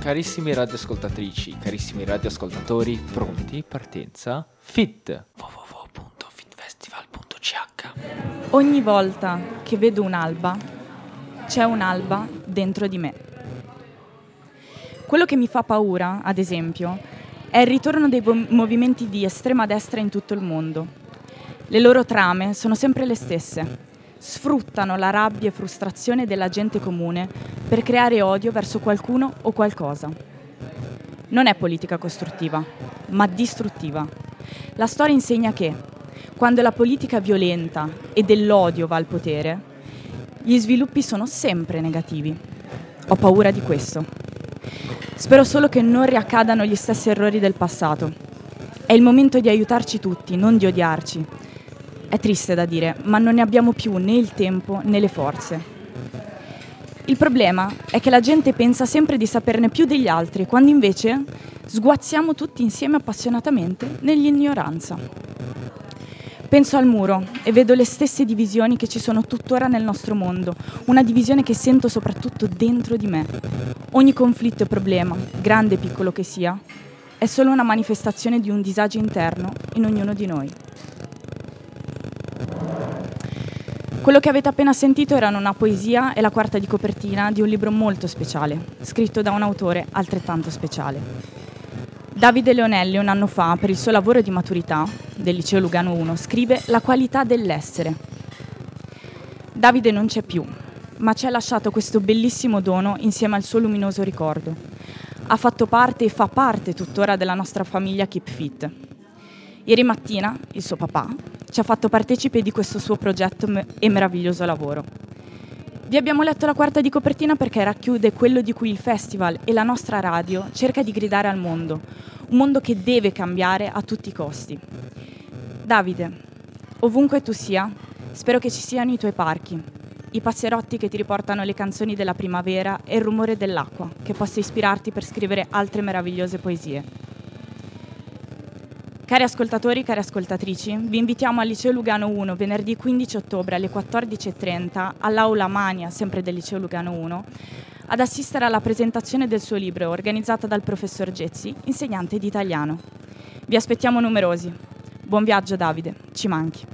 Carissimi radioascoltatrici, carissimi radioascoltatori, pronti? Partenza? Fit! www.fitfestival.ch. Ogni volta che vedo un'alba, c'è un'alba dentro di me. Quello che mi fa paura, ad esempio, è il ritorno dei movimenti di estrema destra in tutto il mondo. Le loro trame sono sempre le stesse. Sfruttano la rabbia e frustrazione della gente comune per creare odio verso qualcuno o qualcosa. Non è politica costruttiva, ma distruttiva. La storia insegna che, quando la politica violenta e dell'odio va al potere, gli sviluppi sono sempre negativi. Ho paura di questo. Spero solo che non riaccadano gli stessi errori del passato. È il momento di aiutarci tutti, non di odiarci. È triste da dire, ma non ne abbiamo più né il tempo né le forze. Il problema è che la gente pensa sempre di saperne più degli altri, quando invece sguazziamo tutti insieme appassionatamente nell'ignoranza. Penso al muro e vedo le stesse divisioni che ci sono tuttora nel nostro mondo, una divisione che sento soprattutto dentro di me. Ogni conflitto e problema, grande e piccolo che sia, è solo una manifestazione di un disagio interno in ognuno di noi. Quello che avete appena sentito erano una poesia e la quarta di copertina di un libro molto speciale, scritto da un autore altrettanto speciale. Davide Leonelli, un anno fa, per il suo lavoro di maturità del Liceo Lugano 1, scrive La qualità dell'essere. Davide non c'è più, ma ci ha lasciato questo bellissimo dono insieme al suo luminoso ricordo. Ha fatto parte e fa parte tuttora della nostra famiglia Keep Fit. Ieri mattina, il suo papà ci ha fatto partecipe di questo suo progetto e meraviglioso lavoro. Vi abbiamo letto la quarta di copertina perché racchiude quello di cui il festival e la nostra radio cerca di gridare al mondo, un mondo che deve cambiare a tutti i costi. Davide, ovunque tu sia, spero che ci siano i tuoi parchi, i passerotti che ti riportano le canzoni della primavera e il rumore dell'acqua che possa ispirarti per scrivere altre meravigliose poesie. Cari ascoltatori, cari ascoltatrici, vi invitiamo al Liceo Lugano 1 venerdì 15 ottobre alle 14.30 all'Aula Mania, sempre del Liceo Lugano 1, ad assistere alla presentazione del suo libro organizzata dal professor Gezzi, insegnante di italiano. Vi aspettiamo numerosi. Buon viaggio Davide, ci manchi.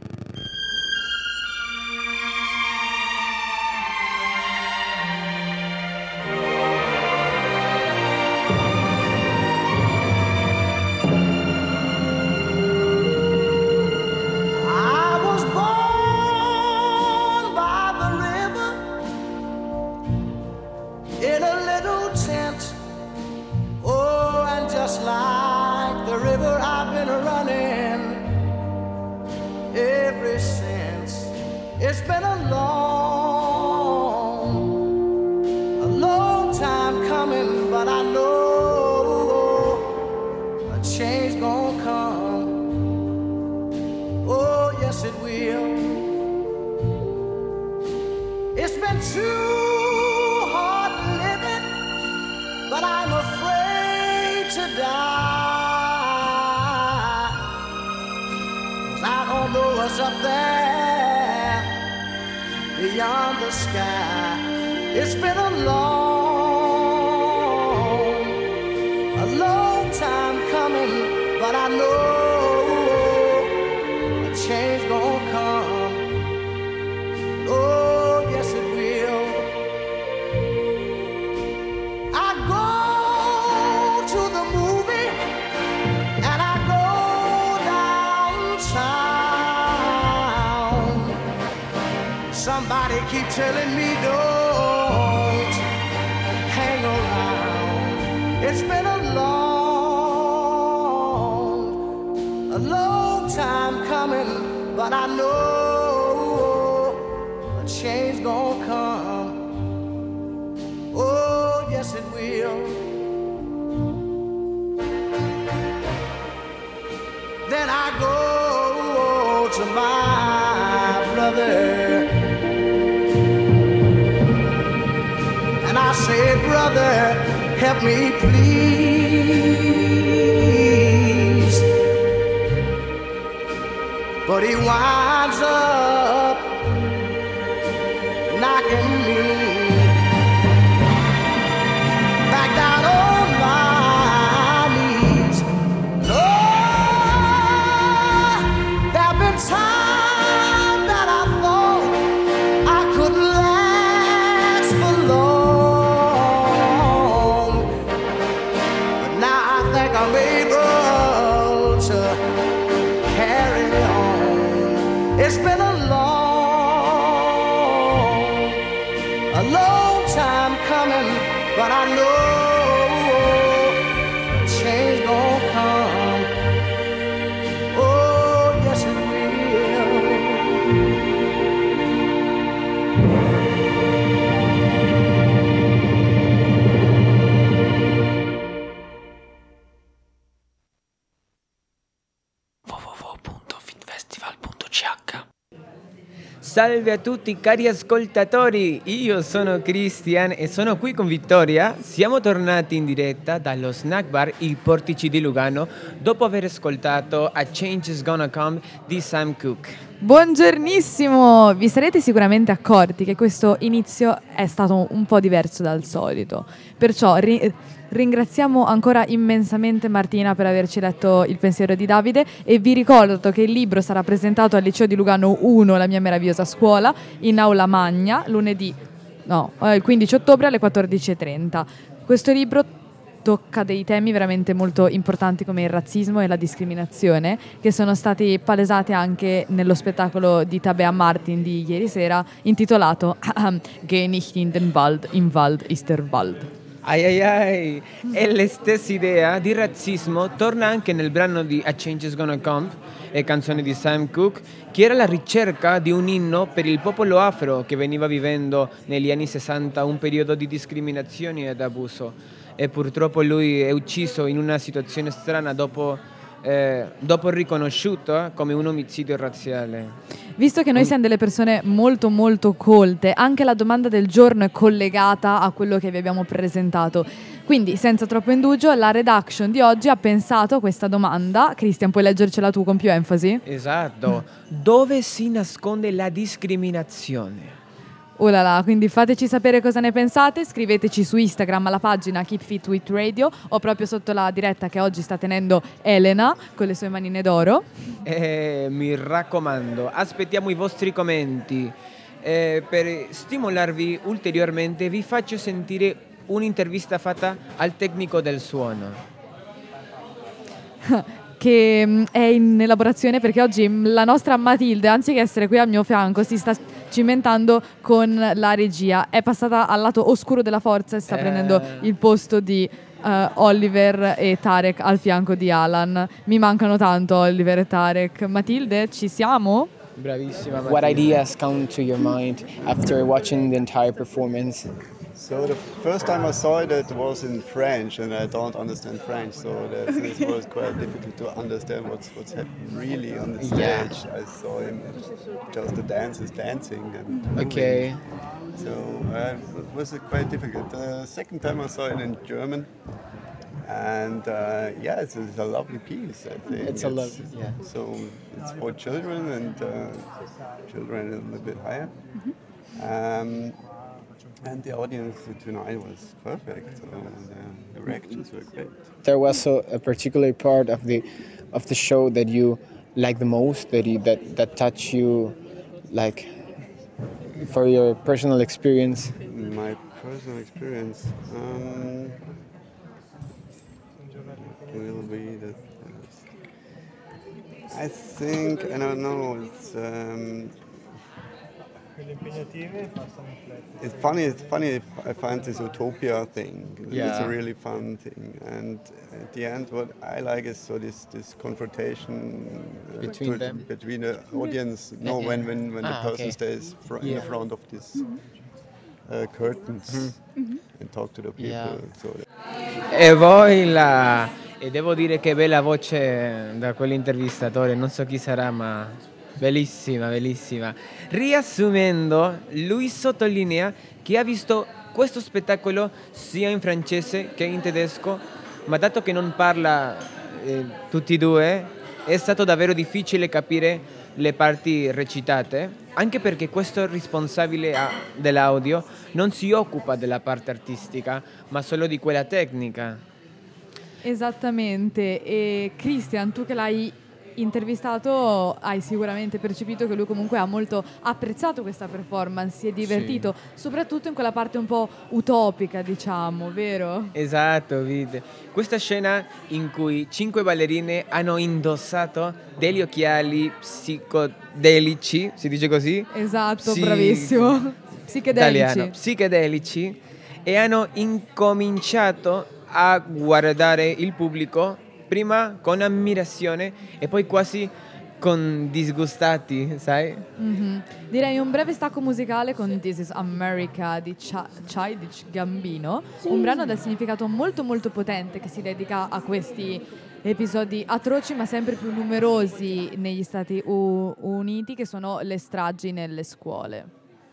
It's been a long time coming, but I know a change gonna come. Oh, yes it will. It's been too hard living, but I'm afraid to die. 'Cause I don't know what's up there beyond the sky. It's been a long time coming, but I know a change gonna come. Oh, yes it will. I go to the movie and I go downtown. Somebody keep telling me don't hang around. It's been a long time coming, but I know a change gonna come. Oh, yes it will. Then I go to my brother and I say, brother, help me please. But he winds up knocking me back down on time coming, but I know change gon' come. Oh, yes it will. www.fitfestival.ch. Salve a tutti cari ascoltatori, io sono Christian e sono qui con Vittoria. Siamo tornati in diretta dallo snack bar I Portici di Lugano dopo aver ascoltato A Change Is Gonna Come di Sam Cooke. Buongiornissimo! Vi sarete sicuramente accorti che questo inizio è stato un po' diverso dal solito, perciò ringraziamo ancora immensamente Martina per averci letto il pensiero di Davide e vi ricordo che il libro sarà presentato al Liceo di Lugano 1, la mia meravigliosa scuola, in aula magna, il 15 ottobre alle 14:30. Questo libro tocca dei temi veramente molto importanti come il razzismo e la discriminazione, che sono stati palesati anche nello spettacolo di Tabea Martin di ieri sera, intitolato Geh nicht in den Wald, im Wald ist der Wald. Ai ai ai! E la stessa idea di razzismo torna anche nel brano di A Change Is Gonna Come, canzone di Sam Cooke, che era la ricerca di un inno per il popolo afro che veniva vivendo negli anni 60 un periodo di discriminazione ed abuso. E purtroppo lui è ucciso in una situazione strana dopo riconosciuto come un omicidio razziale. Visto che noi siamo delle persone molto molto colte, anche la domanda del giorno è collegata a quello che vi abbiamo presentato. Quindi, senza troppo indugio, la redaction di oggi ha pensato a questa domanda. Christian, puoi leggercela tu con più enfasi? Esatto. Dove si nasconde la discriminazione? Oh là là, quindi fateci sapere cosa ne pensate, scriveteci su Instagram alla pagina Keep Fit With Radio o proprio sotto la diretta che oggi sta tenendo Elena con le sue manine d'oro. Mi raccomando, aspettiamo i vostri commenti. Per stimolarvi ulteriormente vi faccio sentire un'intervista fatta al tecnico del suono. Che è in elaborazione perché oggi la nostra Matilde, anziché essere qui al mio fianco, si sta cimentando con la regia. È passata al lato oscuro della forza e sta prendendo il posto di Oliver e Tarek al fianco di Alan. Mi mancano tanto Oliver e Tarek. Matilde, ci siamo? Bravissima Matilde. What ideas come to your mind after watching the entire performance? So the first time I saw it, it was in French, and I don't understand French, so it was quite difficult to understand what's happening really on the stage. Yeah. I saw him just the dancers dancing and moving. Okay. So it was quite difficult. The second time I saw it in German, and it's a lovely piece. I think It's a lovely, yeah. So it's for children and children a little bit higher. And the audience tonight was perfect. So the reactions were great. There was a particular part of the show that you like the most, that touched you, like for your personal experience. My personal experience will be that. I think I don't know. It's funny. I find this utopia thing. Yeah. It's a really fun thing, and at the end, what I like is this confrontation Between them? between the audience. No, when the person okay. stays in the front of this curtains and talk to the people. Yeah. So E voi là. E devo dire che bella voce da quell'intervistatore, non so chi sarà, ma bellissima, bellissima. Riassumendo, lui sottolinea che ha visto questo spettacolo sia in francese che in tedesco, ma dato che non parla tutti e due, è stato davvero difficile capire le parti recitate, anche perché questo responsabile dell'audio non si occupa della parte artistica, ma solo di quella tecnica. Esattamente. E Christian, tu che l'hai intervistato hai sicuramente percepito che lui comunque ha molto apprezzato questa performance, si è divertito, soprattutto in quella parte un po' utopica, diciamo, vero? Esatto, vide. Questa scena in cui 5 ballerine hanno indossato degli occhiali psicodelici, si dice così? Esatto, bravissimo. Psichedelici. Italiano. Psichedelici, e hanno incominciato a guardare il pubblico prima con ammirazione e poi quasi con disgustati, sai? Direi un breve stacco musicale con This is America di Childish Gambino, un brano dal significato molto molto potente che si dedica a questi episodi atroci ma sempre più numerosi negli Stati Uniti, che sono le stragi nelle scuole.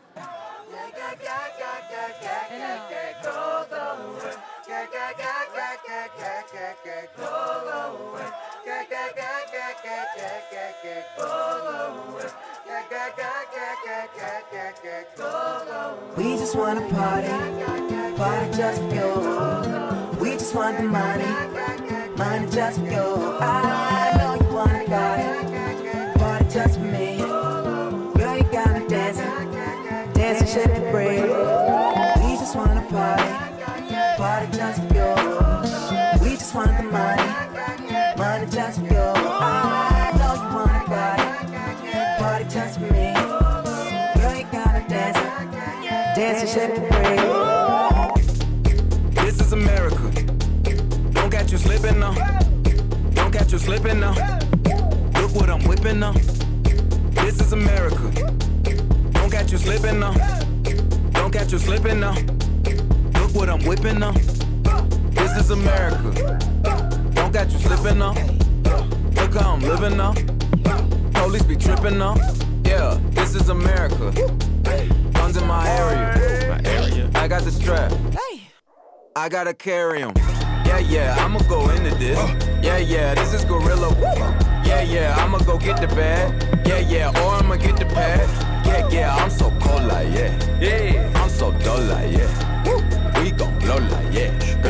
We just wanna party, party just for you. We just want the money, money just for you. I know you wanna party, party just for me. Girl, you gotta dance, dance and shake the free. We just wanna party, party just for you. We just want the money, money just for you. I know you wanna party, party just for me. Girl, you gotta dance, dance and shake the free. This is America. Don't catch you slipping now. Don't catch you slipping now. Look what I'm whipping now. This is America. Don't catch you slipping now. Don't catch you slipping now. Look what I'm whipping now. This is America. Don't catch you slipping now. Look how I'm living now. Police be tripping now. Yeah, this is America. Guns in my area. I got the strap. I gotta carry 'em. Yeah, I'ma go into this. Yeah, this is gorilla. Yeah, I'ma go get the bag. Yeah, or I'ma get the pad. Yeah, I'm so cold like yeah. I'm so dull like yeah. We gon' blow like yeah.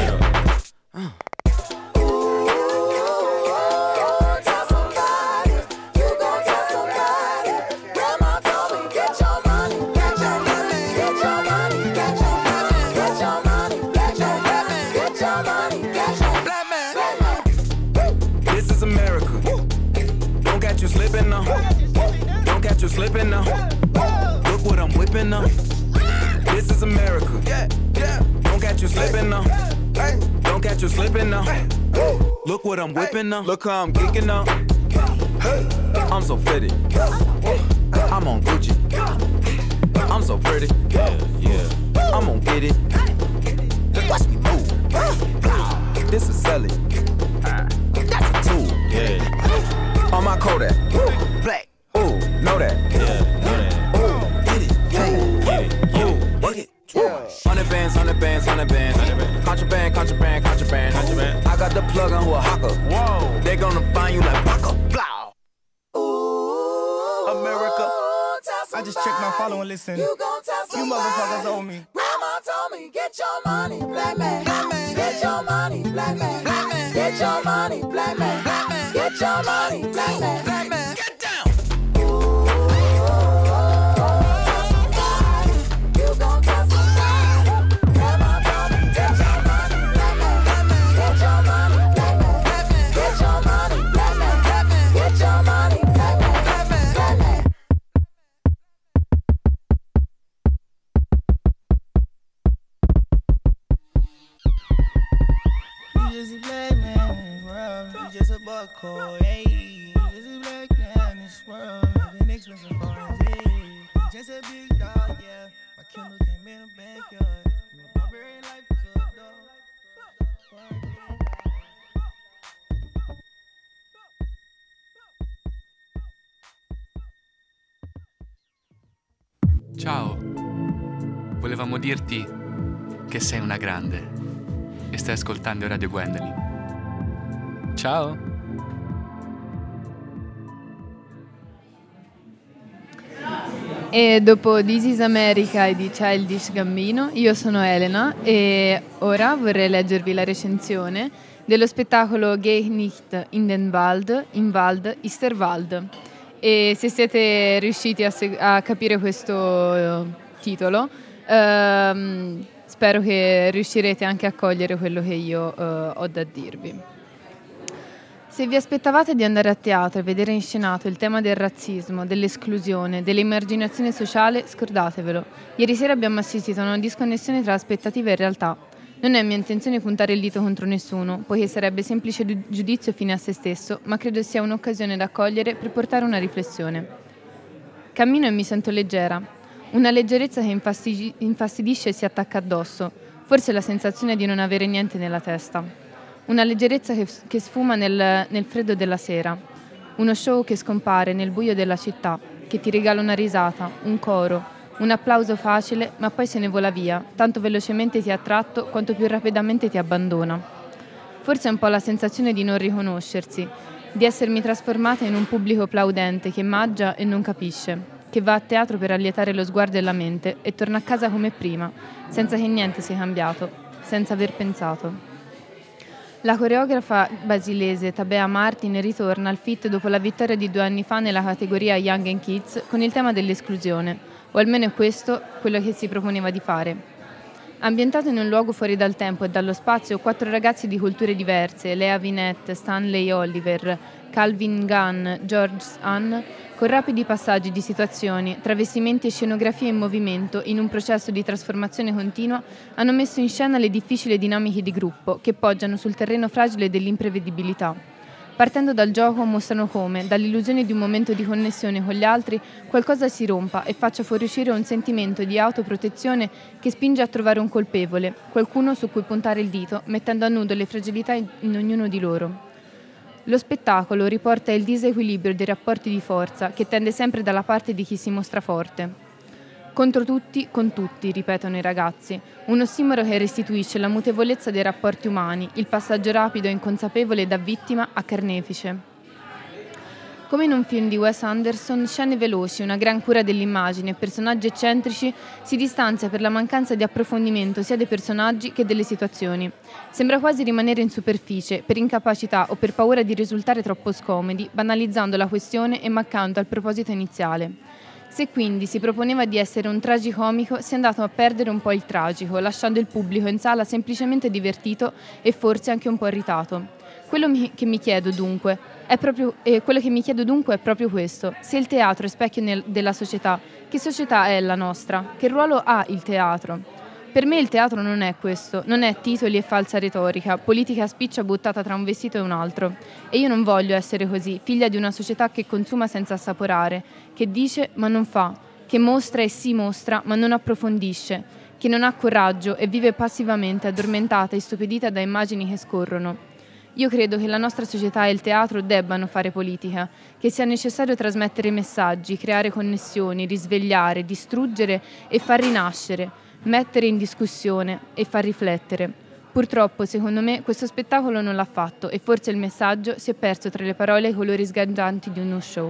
Slipping now. Look what I'm whipping now. This is America. Don't catch you slipping now. Don't catch you slipping now. Look what I'm whipping now. Look how I'm geeking now. I'm so fitty. I'm on Gucci. I'm so pretty. I'm gonna get it. Watch me move. This is Sally. That's a tool. On my Kodak. Black. Ooh, know that. Ooh, get it. Ooh, work it. 100 bands. Contraband. I got the plug on who a hawker. Whoa. They gonna find you like Paco. Ooh, America. I just checked my follow and listen. You motherfuckers owe me. Grandma told me, get your money, black man. Get your money, black man. Get your money, black man. Get your money, black man. Get down. Cold, hey, just a black man in this world, living expensive foreign, hey. Just a big dog, yeah. My Kindle came in the backyard. From a barbarian life to a dog. Ciao, volevamo dirti che sei una grande e stai ascoltando Radio Gwendolyn. Ciao! E dopo This is America di Childish Gambino, io sono Elena e ora vorrei leggervi la recensione dello spettacolo Geh nicht in den Wald, in Wald ist der Wald. E se siete riusciti a capire questo titolo, spero che riuscirete anche a cogliere quello che io ho da dirvi. Se vi aspettavate di andare a teatro e vedere inscenato il tema del razzismo, dell'esclusione, dell'emarginazione sociale, scordatevelo. Ieri sera abbiamo assistito a una disconnessione tra aspettative e realtà. Non è mia intenzione puntare il dito contro nessuno, poiché sarebbe semplice giudizio fine a se stesso, ma credo sia un'occasione da cogliere per portare una riflessione. Cammino e mi sento leggera. Una leggerezza che infastidisce e si attacca addosso. Forse la sensazione di non avere niente nella testa. Una leggerezza che sfuma nel freddo della sera. Uno show che scompare nel buio della città, che ti regala una risata, un coro, un applauso facile, ma poi se ne vola via, tanto velocemente ti ha attratto quanto più rapidamente ti abbandona. Forse è un po' la sensazione di non riconoscersi, di essermi trasformata in un pubblico plaudente che mangia e non capisce, che va a teatro per allietare lo sguardo e la mente e torna a casa come prima, senza che niente sia cambiato, senza aver pensato. La coreografa basilese Tabea Martin ritorna al FIT dopo la vittoria di 2 anni fa nella categoria Young and Kids con il tema dell'esclusione, o almeno è questo quello che si proponeva di fare. Ambientato in un luogo fuori dal tempo e dallo spazio, 4 ragazzi di culture diverse, Lea Vinette, Stanley Oliver, Calvin Gunn, George Hahn, con rapidi passaggi di situazioni, travestimenti e scenografie in movimento in un processo di trasformazione continua, hanno messo in scena le difficili dinamiche di gruppo che poggiano sul terreno fragile dell'imprevedibilità. Partendo dal gioco mostrano come, dall'illusione di un momento di connessione con gli altri, qualcosa si rompa e faccia fuoriuscire un sentimento di autoprotezione che spinge a trovare un colpevole, qualcuno su cui puntare il dito, mettendo a nudo le fragilità in ognuno di loro. Lo spettacolo riporta il disequilibrio dei rapporti di forza che tende sempre dalla parte di chi si mostra forte. Contro tutti, con tutti, ripetono i ragazzi, un ossimoro che restituisce la mutevolezza dei rapporti umani, il passaggio rapido e inconsapevole da vittima a carnefice. Come in un film di Wes Anderson, scene veloci, una gran cura dell'immagine e personaggi eccentrici si distanzia per la mancanza di approfondimento sia dei personaggi che delle situazioni. Sembra quasi rimanere in superficie, per incapacità o per paura di risultare troppo scomodi, banalizzando la questione e mancando al proposito iniziale. Se quindi si proponeva di essere un tragicomico, si è andato a perdere un po' il tragico, lasciando il pubblico in sala semplicemente divertito e forse anche un po' irritato. Quello che mi chiedo dunque è proprio questo. Se il teatro è specchio della società, che società è la nostra? Che ruolo ha il teatro? Per me il teatro non è questo, non è titoli e falsa retorica, politica a spiccia buttata tra un vestito e un altro. E io non voglio essere così, figlia di una società che consuma senza assaporare, che dice ma non fa, che mostra e si mostra ma non approfondisce, che non ha coraggio e vive passivamente addormentata e istupidita da immagini che scorrono. Io credo che la nostra società e il teatro debbano fare politica, che sia necessario trasmettere messaggi, creare connessioni, risvegliare, distruggere e far rinascere, mettere in discussione e far riflettere. Purtroppo, secondo me, questo spettacolo non l'ha fatto e forse il messaggio si è perso tra le parole e i colori sgargianti di uno show.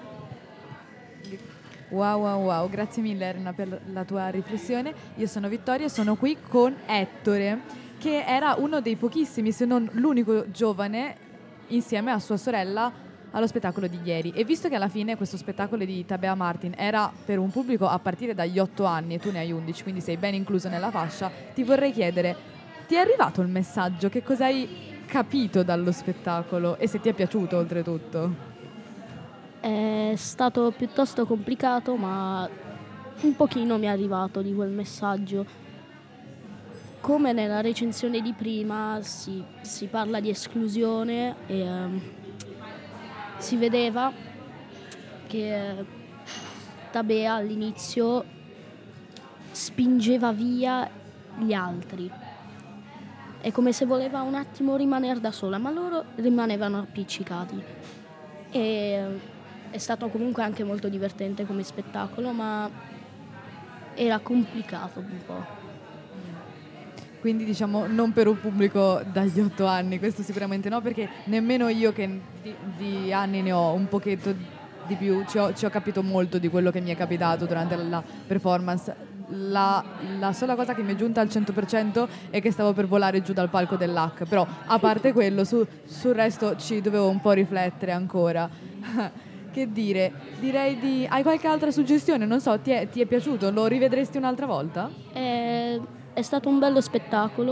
Wow, grazie mille Elena per la tua riflessione. Io sono Vittoria e sono qui con Ettore, che era uno dei pochissimi, se non l'unico giovane, insieme a sua sorella allo spettacolo di ieri. E visto che alla fine questo spettacolo di Tabea Martin era per un pubblico a partire dagli 8 anni e tu ne hai 11, quindi sei ben incluso nella fascia, ti vorrei chiedere, ti è arrivato il messaggio? Che cosa hai capito dallo spettacolo e se ti è piaciuto oltretutto? È stato piuttosto complicato, ma un pochino mi è arrivato di quel messaggio. Come nella recensione di prima si parla di esclusione e si vedeva che Tabea all'inizio spingeva via gli altri. È come se voleva un attimo rimanere da sola, ma loro rimanevano appiccicati. E è stato comunque anche molto divertente come spettacolo, ma era complicato un po'. Quindi diciamo non per un pubblico dagli 8 anni, questo sicuramente no, perché nemmeno io che di anni ne ho un pochetto di più, ci ho capito molto di quello che mi è capitato durante la performance. La sola cosa che mi è giunta al 100% è che stavo per volare giù dal palco dell'Hack, però a parte quello sul resto ci dovevo un po' riflettere ancora. Che dire, direi hai qualche altra suggestione? Non so, ti è piaciuto? Lo rivedresti un'altra volta? È stato un bello spettacolo,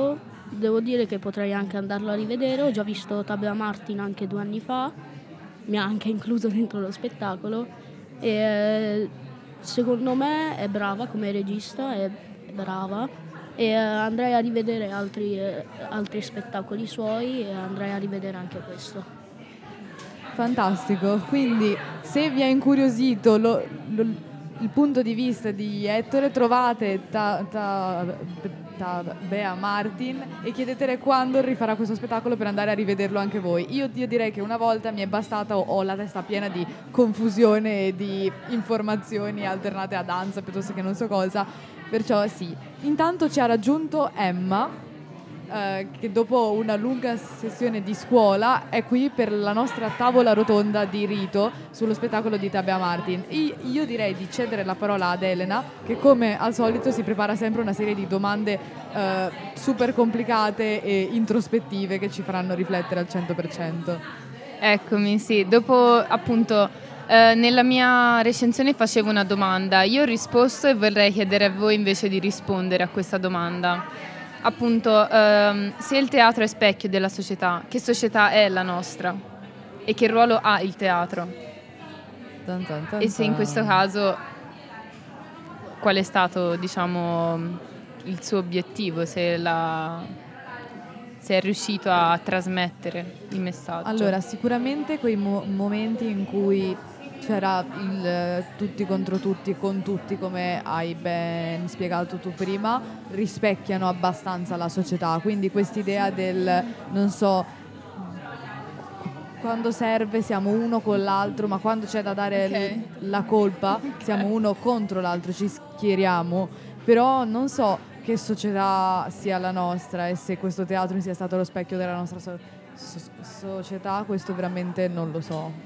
devo dire che potrei anche andarlo a rivedere. Ho già visto Tabea Martin anche 2 anni fa, mi ha anche incluso dentro lo spettacolo e secondo me è brava come regista, è brava e andrei a rivedere altri spettacoli suoi e andrei a rivedere anche questo. Fantastico, quindi se vi ha incuriosito il punto di vista di Ettore, trovate Tabea Martin e chiedetele quando rifarà questo spettacolo per andare a rivederlo anche voi. Io direi che una volta mi è bastata, ho la testa piena di confusione e di informazioni alternate a danza piuttosto che non so cosa, perciò sì. Intanto ci ha raggiunto Emma, che dopo una lunga sessione di scuola è qui per la nostra tavola rotonda di rito sullo spettacolo di Tabea Martin. Io direi di cedere la parola ad Elena, che come al solito si prepara sempre una serie di domande super complicate e introspettive che ci faranno riflettere al 100%. Eccomi, sì. Dopo appunto nella mia recensione facevo una domanda, io ho risposto e vorrei chiedere a voi invece di rispondere a questa domanda. Appunto, se il teatro è specchio della società, che società è la nostra? E che ruolo ha il teatro? E se in questo caso, qual è stato, diciamo, il suo obiettivo? Se è riuscito a trasmettere il messaggio? Allora, sicuramente quei momenti in cui c'era il tutti contro tutti, con tutti, come hai ben spiegato tu prima, rispecchiano abbastanza la società. Quindi quest'idea del, non so, quando serve siamo uno con l'altro, ma quando c'è da dare la colpa siamo uno contro l'altro, ci schieriamo. Però non so che società sia la nostra e se questo teatro sia stato lo specchio della nostra società, questo veramente non lo so.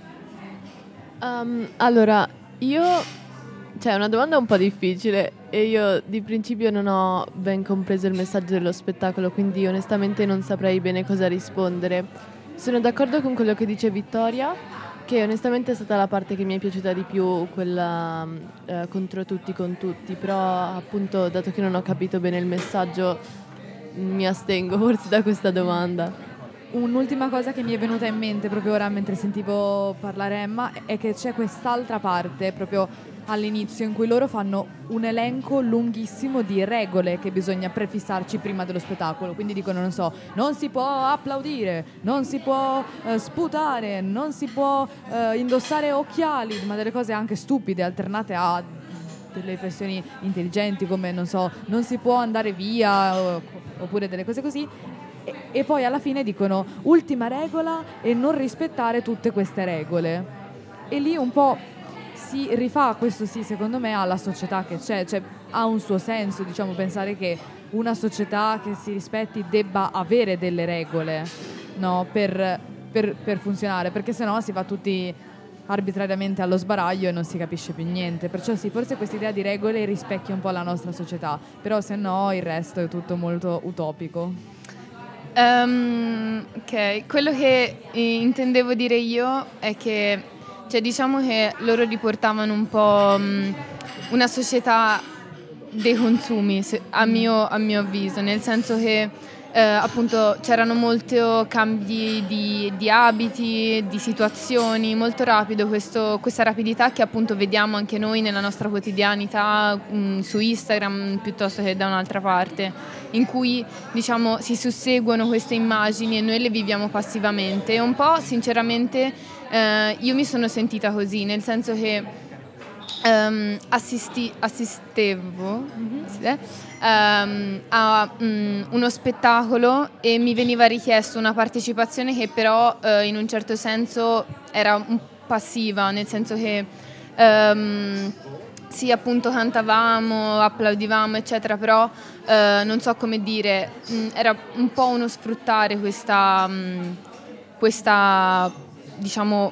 Allora, è una domanda un po' difficile e io di principio non ho ben compreso il messaggio dello spettacolo, quindi onestamente non saprei bene cosa rispondere. Sono d'accordo con quello che dice Vittoria, che onestamente è stata la parte che mi è piaciuta di più, quella contro tutti con tutti, però appunto dato che non ho capito bene il messaggio mi astengo forse da questa domanda. Un'ultima cosa che mi è venuta in mente proprio ora mentre sentivo parlare Emma è che c'è quest'altra parte proprio all'inizio in cui loro fanno un elenco lunghissimo di regole che bisogna prefissarci prima dello spettacolo. Quindi dicono, non so, non si può applaudire, non si può sputare, non si può indossare occhiali, ma delle cose anche stupide alternate a delle riflessioni intelligenti come, non so, non si può andare via oppure delle cose così. E poi alla fine dicono ultima regola e non rispettare tutte queste regole, e lì un po' si rifà, questo sì secondo me, alla società che c'è, cioè ha un suo senso, diciamo, pensare che una società che si rispetti debba avere delle regole, no, per funzionare, perché sennò si va tutti arbitrariamente allo sbaraglio e non si capisce più niente. Perciò sì, forse questa idea di regole rispecchia un po' la nostra società, però se no il resto è tutto molto utopico. Ok, quello che intendevo dire io è che, cioè, diciamo che loro riportavano un po' una società dei consumi, a mio avviso, nel senso che appunto c'erano molti cambi di abiti, di situazioni, molto rapido, questa rapidità che appunto vediamo anche noi nella nostra quotidianità, su Instagram piuttosto che da un'altra parte, in cui diciamo si susseguono queste immagini e noi le viviamo passivamente. E un po' sinceramente io mi sono sentita così, nel senso che assistevo a uno spettacolo e mi veniva richiesto una partecipazione che però in un certo senso era passiva, nel senso che sì, appunto cantavamo, applaudivamo eccetera, però non so come dire, era un po' uno sfruttare questa diciamo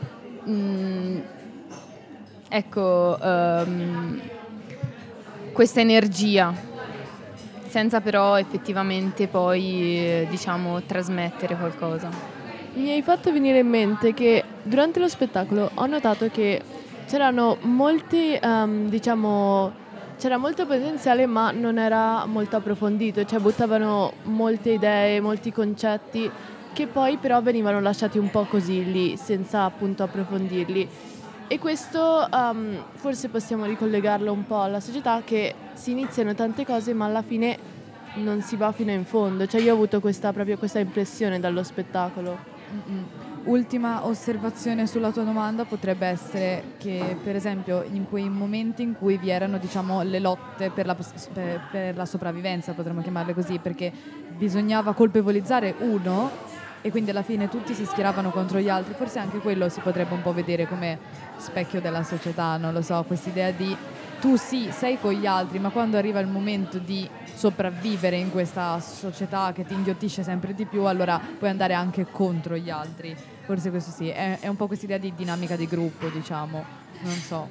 questa energia, senza però effettivamente poi diciamo trasmettere qualcosa. Mi hai fatto venire in mente che durante lo spettacolo ho notato che c'erano molti c'era molto potenziale ma non era molto approfondito, cioè buttavano molte idee, molti concetti che poi però venivano lasciati un po' così lì, senza appunto approfondirli. E questo forse possiamo ricollegarlo un po' alla società, che si iniziano tante cose ma alla fine non si va fino in fondo. Cioè io ho avuto proprio questa impressione dallo spettacolo. Ultima osservazione sulla tua domanda potrebbe essere che, per esempio, in quei momenti in cui vi erano, diciamo, le lotte per la sopravvivenza, potremmo chiamarle così, perché bisognava colpevolizzare uno e quindi alla fine tutti si schieravano contro gli altri, forse anche quello si potrebbe un po' vedere come specchio della società, non lo so, quest'idea di tu sì, sei con gli altri, ma quando arriva il momento di sopravvivere in questa società che ti inghiottisce sempre di più, allora puoi andare anche contro gli altri. Forse questo sì, è un po' quest'idea di dinamica di gruppo, diciamo, non so.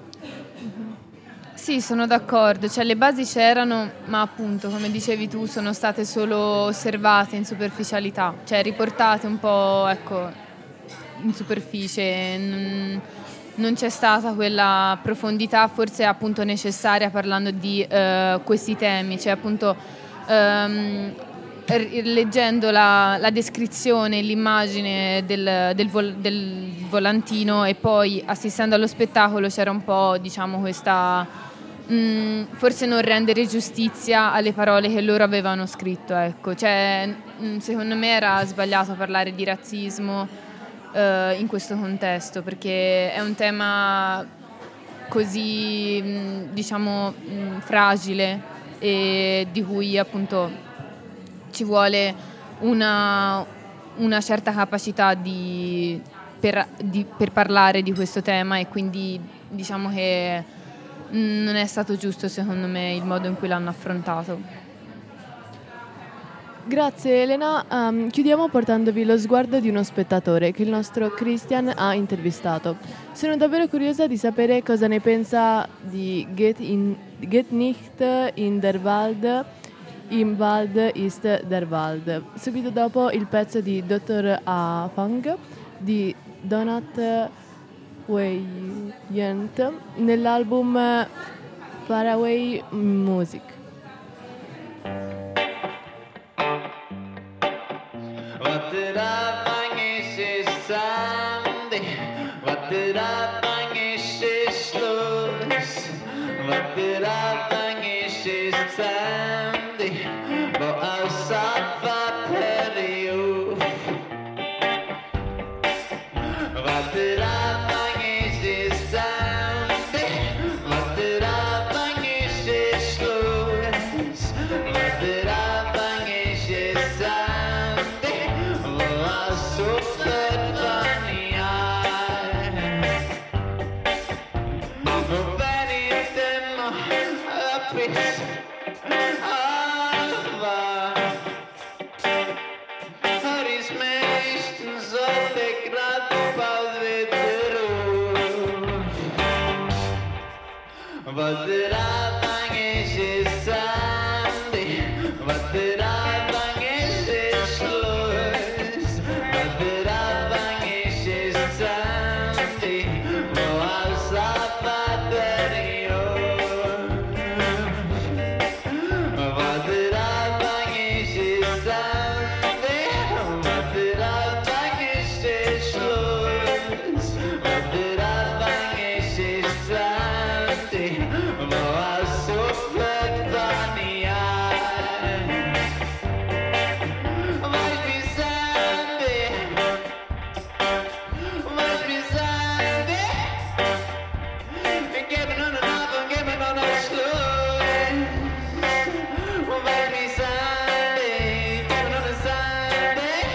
Sì, sono d'accordo, cioè le basi c'erano, ma appunto, come dicevi tu, sono state solo osservate in superficialità, cioè riportate un po', ecco, in superficie, non c'è stata quella profondità forse appunto necessaria parlando di questi temi, cioè appunto leggendo la descrizione, l'immagine del volantino e poi assistendo allo spettacolo c'era un po', diciamo, questa forse non rendere giustizia alle parole che loro avevano scritto, ecco, cioè secondo me era sbagliato parlare di razzismo in questo contesto, perché è un tema così diciamo fragile e di cui appunto ci vuole una certa capacità per parlare di questo tema, e quindi diciamo che non è stato giusto secondo me il modo in cui l'hanno affrontato. Grazie Elena, chiudiamo portandovi lo sguardo di uno spettatore che il nostro Christian ha intervistato. Sono davvero curiosa di sapere cosa ne pensa di Geht nicht in der Wald, im Wald ist der Wald. Subito dopo il pezzo di Dr. Afang di Donat Weyant nell'album Faraway Music. What did I find is Sunday? What did I find is loose? What did I find is Sunday? But I suffer you. What did I find is Sunday? What did I find is loose? What did I find is Sunday? What did I find is Sunday? What did I find is loose? What did I find is Sunday? Oh, I suffered you. What did I find is Sunday? What did I find is loose? What did I find is Sunday? Oh, I suffered funny eyes. Must be Sunday. Must be Sunday. Giving on enough and giving on a slow. Must be Sunday. Giving on a Sunday.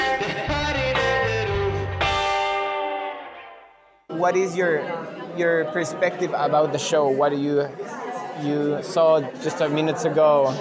What is your perspective about the show? What do you saw just a minutes ago?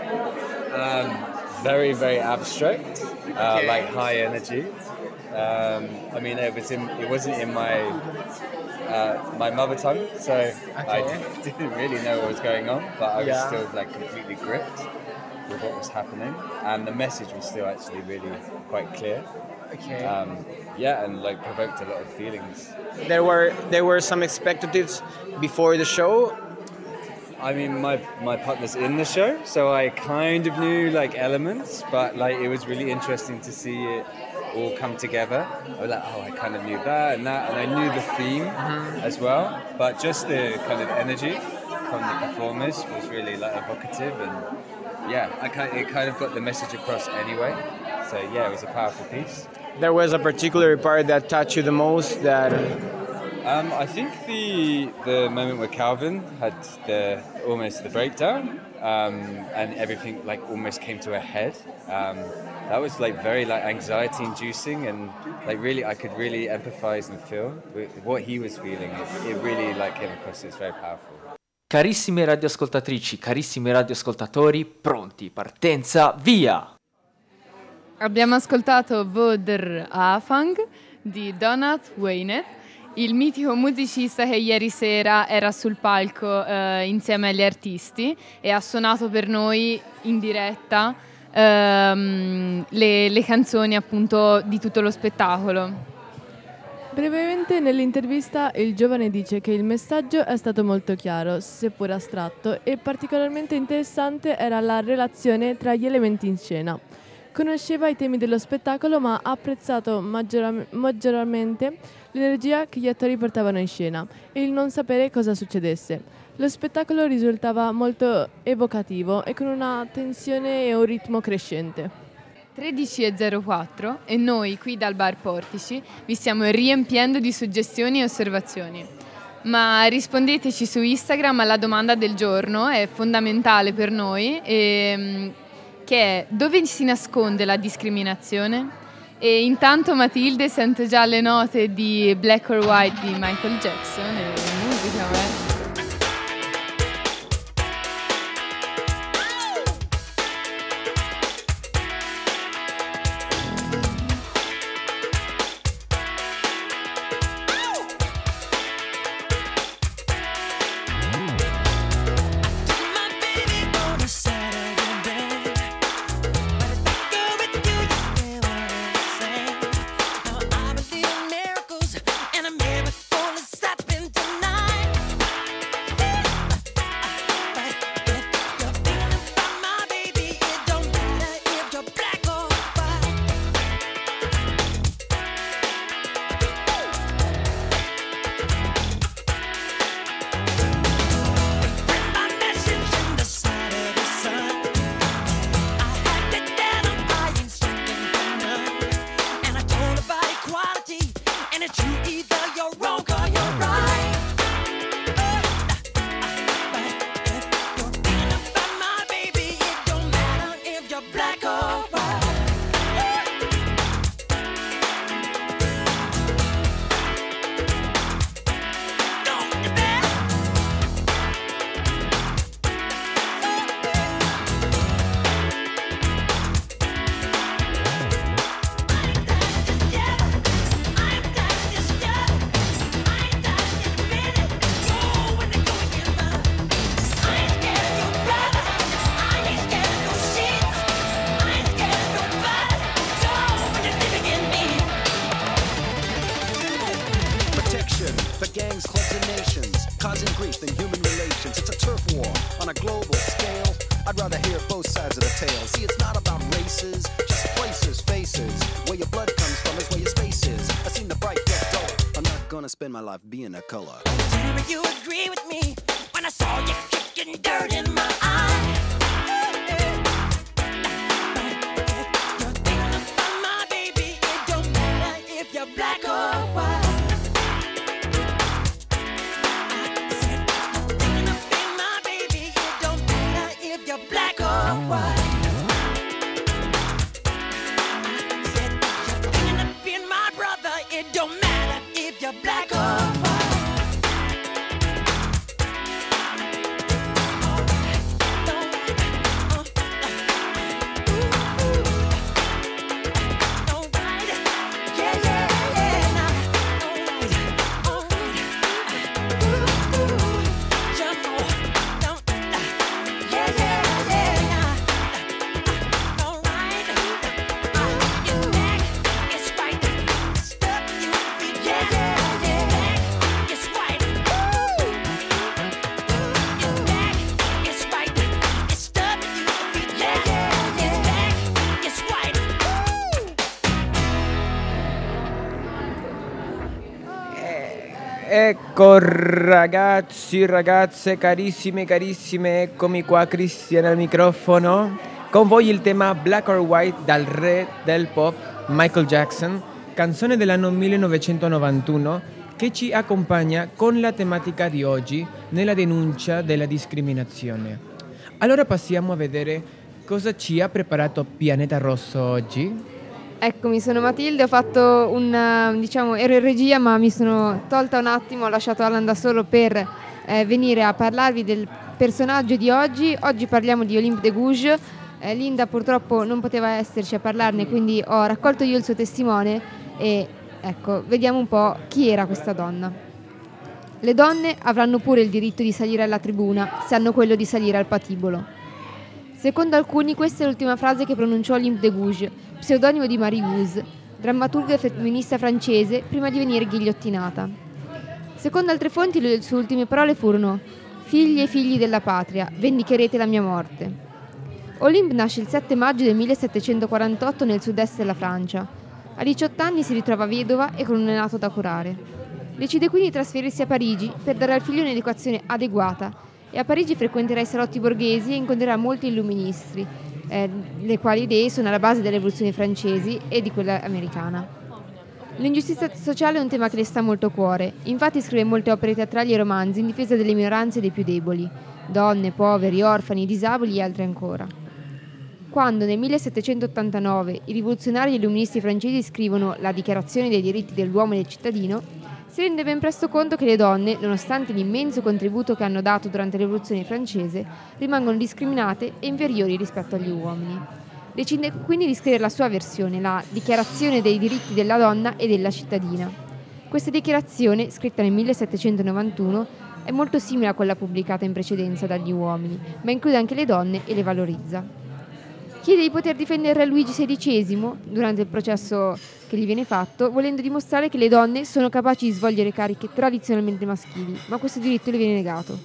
Very, very abstract, Okay. like high energy. I mean, it wasn't in my my mother tongue, so I didn't really know what was going on, but I was Yeah. still like completely gripped with what was happening, and the message was still actually really quite clear. Okay. Yeah, and like provoked a lot of feelings. There were some expectations before the show. I mean, my partner's in the show, so I kind of knew like elements, but like it was really interesting to see it all come together. I was like, oh, I kind of knew that, and I knew the theme as well, but just the kind of energy from the performers was really like evocative, and yeah, it kind of got the message across anyway. So yeah, it was a powerful piece. There was a particular part that touched you the most. I think the moment where Calvin had almost the breakdown, and everything like almost came to a head. That was like very like anxiety inducing, and like really I could really empathize and feel with what he was feeling. It really like came across. It's very powerful. Carissime radioascoltatrici, carissimi radioascoltatori, pronti, partenza, via! Abbiamo ascoltato Voder Afang di Donat Wayne, il mitico musicista che ieri sera era sul palco insieme agli artisti e ha suonato per noi in diretta le canzoni appunto di tutto lo spettacolo. Brevemente nell'intervista il giovane dice che il messaggio è stato molto chiaro, seppur astratto, e particolarmente interessante era la relazione tra gli elementi in scena. Conosceva i temi dello spettacolo, ma ha apprezzato maggiormente l'energia che gli attori portavano in scena e il non sapere cosa succedesse. Lo spettacolo risultava molto evocativo e con una tensione e un ritmo crescente. 13:04 e noi qui dal Bar Portici vi stiamo riempiendo di suggestioni e osservazioni. Ma rispondeteci su Instagram alla domanda del giorno, è fondamentale per noi, che è: dove si nasconde la discriminazione? E intanto Matilde sento già le note di Black or White di Michael Jackson e musica, Spend my life being a color. Tell me you agree with me when I saw you kicking dirt in my eye. You're thinking about my baby, it don't matter if you're black or white. I said you're thinking about my baby, it don't matter if you're black or white. I said you're thinking about my brother, it don't matter if you're black or white. Ecco ragazzi, ragazze, carissime, eccomi qua, Cristian al microfono. Con voi il tema Black or White dal re del pop Michael Jackson, canzone dell'anno 1991 che ci accompagna con la tematica di oggi nella denuncia della discriminazione. Allora passiamo a vedere cosa ci ha preparato Pianeta Rosso oggi. Eccomi, sono Matilde, ho fatto ero in regia ma mi sono tolta un attimo, ho lasciato Alan da solo per venire a parlarvi del personaggio di oggi. Oggi parliamo di Olympe de Gouges. Linda purtroppo non poteva esserci a parlarne, quindi ho raccolto io il suo testimone e ecco, vediamo un po' chi era questa donna. Le donne avranno pure il diritto di salire alla tribuna se hanno quello di salire al patibolo. Secondo alcuni questa è l'ultima frase che pronunciò Olympe de Gouges, pseudonimo di Marie Gouze, drammaturga e femminista francese prima di venire ghigliottinata. Secondo altre fonti le sue ultime parole furono: «Figli e figli della patria, vendicherete la mia morte». Olympe nasce il 7 maggio del 1748 nel sud-est della Francia. A 18 anni si ritrova vedova e con un neonato da curare. Decide quindi di trasferirsi a Parigi per dare al figlio un'educazione adeguata e a Parigi frequenterà i salotti borghesi e incontrerà molti illuministri, le quali idee sono alla base delle rivoluzioni francesi e di quella americana. L'ingiustizia sociale è un tema che le sta molto a cuore, infatti scrive molte opere teatrali e romanzi in difesa delle minoranze e dei più deboli, donne, poveri, orfani, disabili e altri ancora. Quando nel 1789 i rivoluzionari e illuministi francesi scrivono la Dichiarazione dei diritti dell'uomo e del cittadino, si rende ben presto conto che le donne, nonostante l'immenso contributo che hanno dato durante la rivoluzione francese, rimangono discriminate e inferiori rispetto agli uomini. Decide quindi di scrivere la sua versione, la Dichiarazione dei diritti della donna e della cittadina. Questa dichiarazione, scritta nel 1791, è molto simile a quella pubblicata in precedenza dagli uomini, ma include anche le donne e le valorizza. Chiede di poter difendere Re Luigi XVI durante il processo che gli viene fatto, volendo dimostrare che le donne sono capaci di svolgere cariche tradizionalmente maschili, ma questo diritto le viene negato.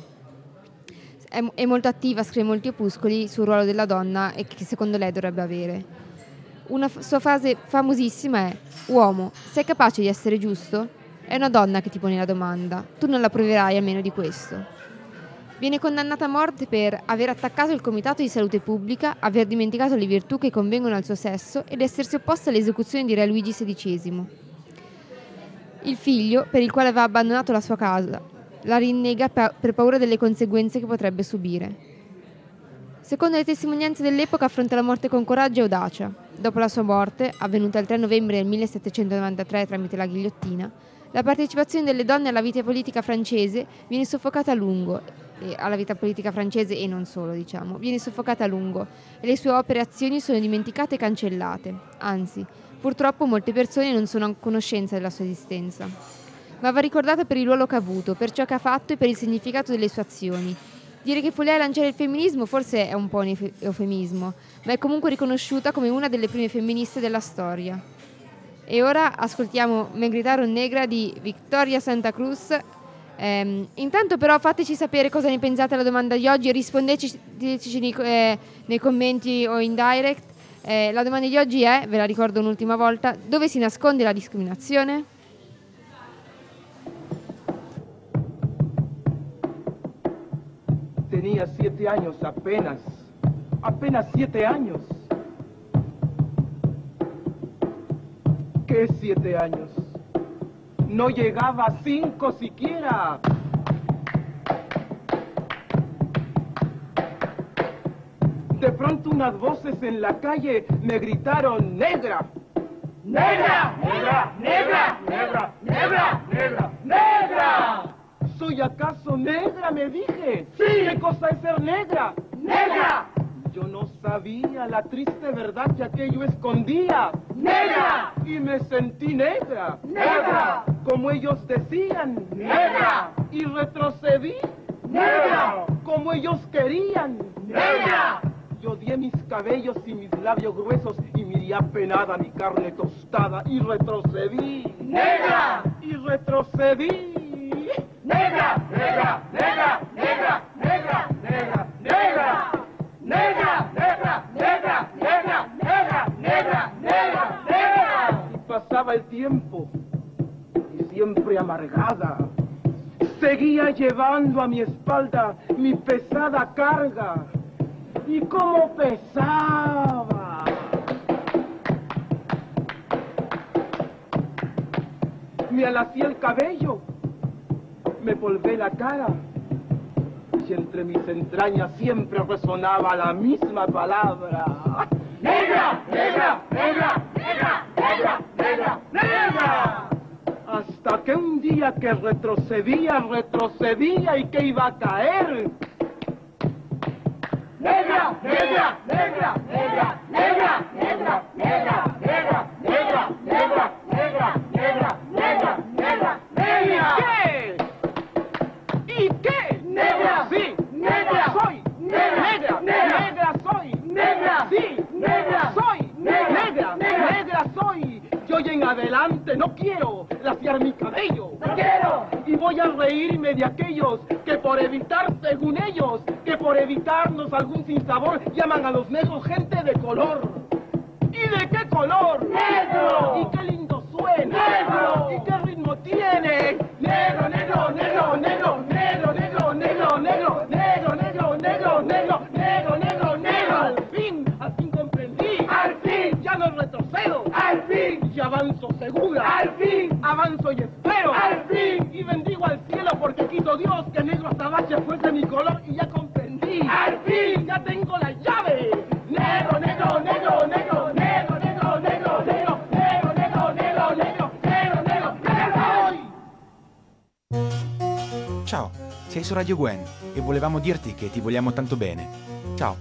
È molto attiva, scrive molti opuscoli sul ruolo della donna e che secondo lei dovrebbe avere. Una sua frase famosissima è: «Uomo, sei capace di essere giusto? È una donna che ti pone la domanda, tu non la proverai a meno di questo». Viene condannata a morte per aver attaccato il Comitato di Salute Pubblica, aver dimenticato le virtù che convengono al suo sesso ed essersi opposta all'esecuzione di Re Luigi XVI. Il figlio, per il quale aveva abbandonato la sua casa, la rinnega per paura delle conseguenze che potrebbe subire. Secondo le testimonianze dell'epoca affronta la morte con coraggio e audacia. Dopo la sua morte, avvenuta il 3 novembre del 1793 tramite la ghigliottina, la partecipazione delle donne alla vita politica francese viene soffocata a lungo, alla vita politica francese e non solo, viene soffocata a lungo e le sue opere e azioni sono dimenticate e cancellate. Anzi, purtroppo molte persone non sono a conoscenza della sua esistenza. Ma va ricordata per il ruolo che ha avuto, per ciò che ha fatto e per il significato delle sue azioni. Dire che fu lei a lanciare il femminismo forse è un po' un eufemismo, ma è comunque riconosciuta come una delle prime femministe della storia. E ora ascoltiamo Me gritaron negra di Victoria Santa Cruz. Intanto però fateci sapere cosa ne pensate alla domanda di oggi e rispondeteci nei commenti o in direct. La domanda di oggi è, ve la ricordo un'ultima volta: dove si nasconde la discriminazione? Tenía 7 años apenas 7 años. ¿Qué 7 años? No llegaba a 5 siquiera. De pronto unas voces en la calle me gritaron: ¡Negra! ¡Negra! ¡Negra! ¡Negra! ¡Negra! ¡Negra! ¡Negra! ¡Negra! ¿Soy acaso negra?, me dije. ¡Sí! ¿Qué cosa es ser negra? ¡Negra! Yo no sabía la triste verdad que aquello escondía. ¡Negra! Y me sentí negra. ¡Negra! Como ellos decían. ¡Negra! Y retrocedí. ¡Negra! Como ellos querían. ¡Negra! Yo odié mis cabellos y mis labios gruesos y miré apenada mi carne tostada y retrocedí. ¡Negra! Y retrocedí. ¡Negra! ¡Negra! ¡Negra! ¡Negra! ¡Negra! ¡Negra! ¡Negra! ¡Negra! ¡Negra! ¡Negra! ¡Negra! ¡Negra! ¡Negra! ¡Negra! Y pasaba el tiempo y siempre amargada Seguía llevando a mi espalda mi pesada carga. Y cómo pesaba. Me alacé el cabello, me polvé la cara. Y entre mis entrañas siempre resonaba la misma palabra. ¡Negra! ¡Negra! ¡Negra! ¡Negra! ¡Negra! ¡Negra! ¡Negra! Hasta que un día que retrocedía y que iba a caer. ¡Negra! ¡Negra! ¡Negra! ¡Negra! ¡Negra! ¡Negra! ¡Negra! ¡Negra! ¡Negra! ¡Negra! ¡Negra! ¡Negra! ¡Negra! ¡Negra! ¡Negra! ¿Qué? ¿Y qué? ¡Negra! ¡Sí! ¡Negra! ¡Soy! ¡Negra! ¡Negra! ¡Negra soy! ¡Negra! ¡Sí! ¡Negra! ¡Soy! ¡Negra! ¡Negra soy! Yo hoy en adelante no quiero laciar mi cabello. ¡No quiero! Y voy a reírme de aquellos que por evitar, según ellos, que por evitarnos algún sinsabor llaman a los negros gente de color. ¿Y de qué color? ¡Negro! ¿Y qué lindo suena? ¡Negro! ¿Y qué ritmo tiene? ¡Negro, negro, negro, negro, negro, negro, negro, negro, negro, negro, negro, negro, negro, negro, negro! Al fin comprendí. ¡Al fin! Ya no retrocedo. ¡Al fin! Y avanzo segura. ¡Al fin! Avanzo y espero. ¡Al fin! Y bendigo al cielo porque quiso Dios que negro azabache fuese mi color y ya comprendí. ¡Al fin! Ya tengo la llave. Negro, negro, negro, negro, negro, negro, negro, negro, negro, negro, negro, negro, negro, negro, negro. Ciao, sei su Radio Gwen e volevamo dirti che ti vogliamo tanto bene. Ciao.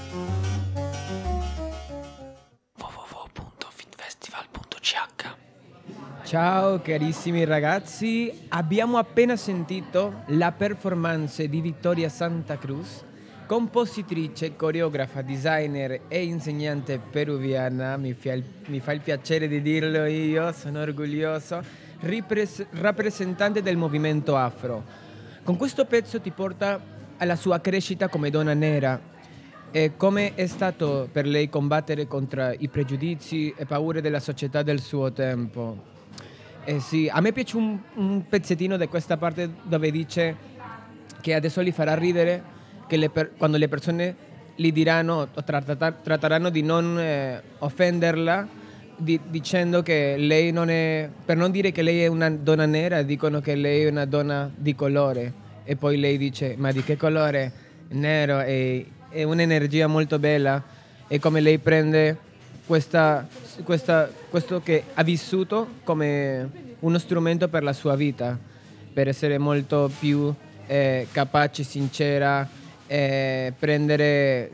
www.filmfestival.ch. Ciao carissimi ragazzi, abbiamo appena sentito la performance di Vittoria Santa Cruz, compositrice, coreografa, designer e insegnante peruviana, mi fa il piacere di dirlo io, sono orgoglioso, rappresentante del movimento afro. Con questo pezzo ti porta alla sua crescita come donna nera e come è stato per lei combattere contro i pregiudizi e paure della società del suo tempo. Sì, a me piace un pezzettino di questa parte dove dice che adesso li farà ridere che quando le persone gli diranno o tratteranno di non offenderla dicendo che lei non è, per non dire che lei è una donna nera, dicono che lei è una donna di colore e poi lei dice ma di che colore? Nero. È un'energia molto bella e come lei prende questo che ha vissuto come uno strumento per la sua vita, per essere molto più capace, sincera, prendere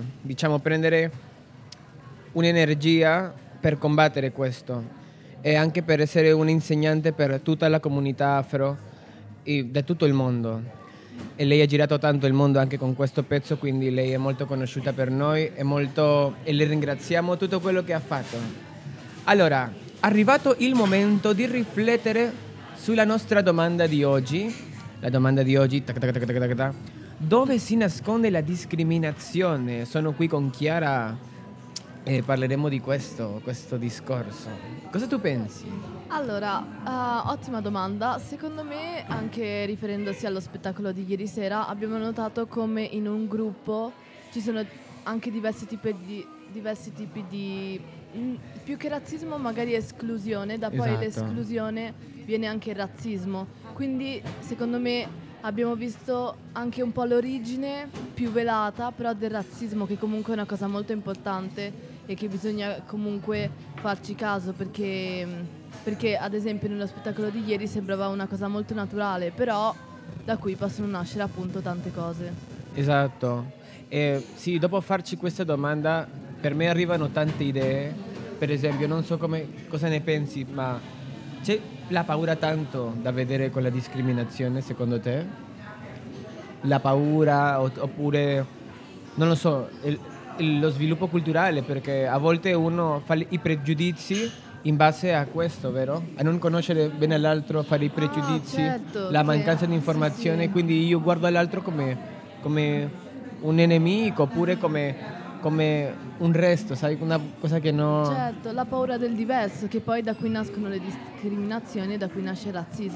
un'energia per combattere questo e anche per essere un insegnante per tutta la comunità afro da tutto il mondo. E lei ha girato tanto il mondo anche con questo pezzo, quindi lei è molto conosciuta per noi e le ringraziamo tutto quello che ha fatto. Allora, arrivato il momento di riflettere sulla nostra domanda di oggi. La domanda di oggi, dove si nasconde la discriminazione? Sono qui con Chiara e parleremo di questo discorso. Cosa tu pensi? Allora, ottima domanda. Secondo me, anche riferendosi allo spettacolo di ieri sera, abbiamo notato come in un gruppo ci sono anche diversi tipi di più che razzismo, magari esclusione, da poi Esatto. l'esclusione viene anche il razzismo. Quindi, secondo me, abbiamo visto anche un po' l'origine più velata, però del razzismo, che comunque è una cosa molto importante e che bisogna comunque farci caso perché ad esempio nello spettacolo di ieri sembrava una cosa molto naturale, però da cui possono nascere appunto tante cose. Esatto. Sì, dopo farci questa domanda per me arrivano tante idee. Per esempio, non so cosa ne pensi, ma c'è la paura tanto da vedere con la discriminazione, secondo te? La paura oppure, non lo so, lo sviluppo culturale, perché a volte uno fa i pregiudizi in base a questo, vero? A non conoscere bene l'altro, fare i pregiudizi, certo, la mancanza di informazione, sì. Quindi io guardo l'altro come un nemico oppure come un resto, sai, una cosa che no... Certo, la paura del diverso, che poi da cui nascono le discriminazioni e da cui nasce il razzismo.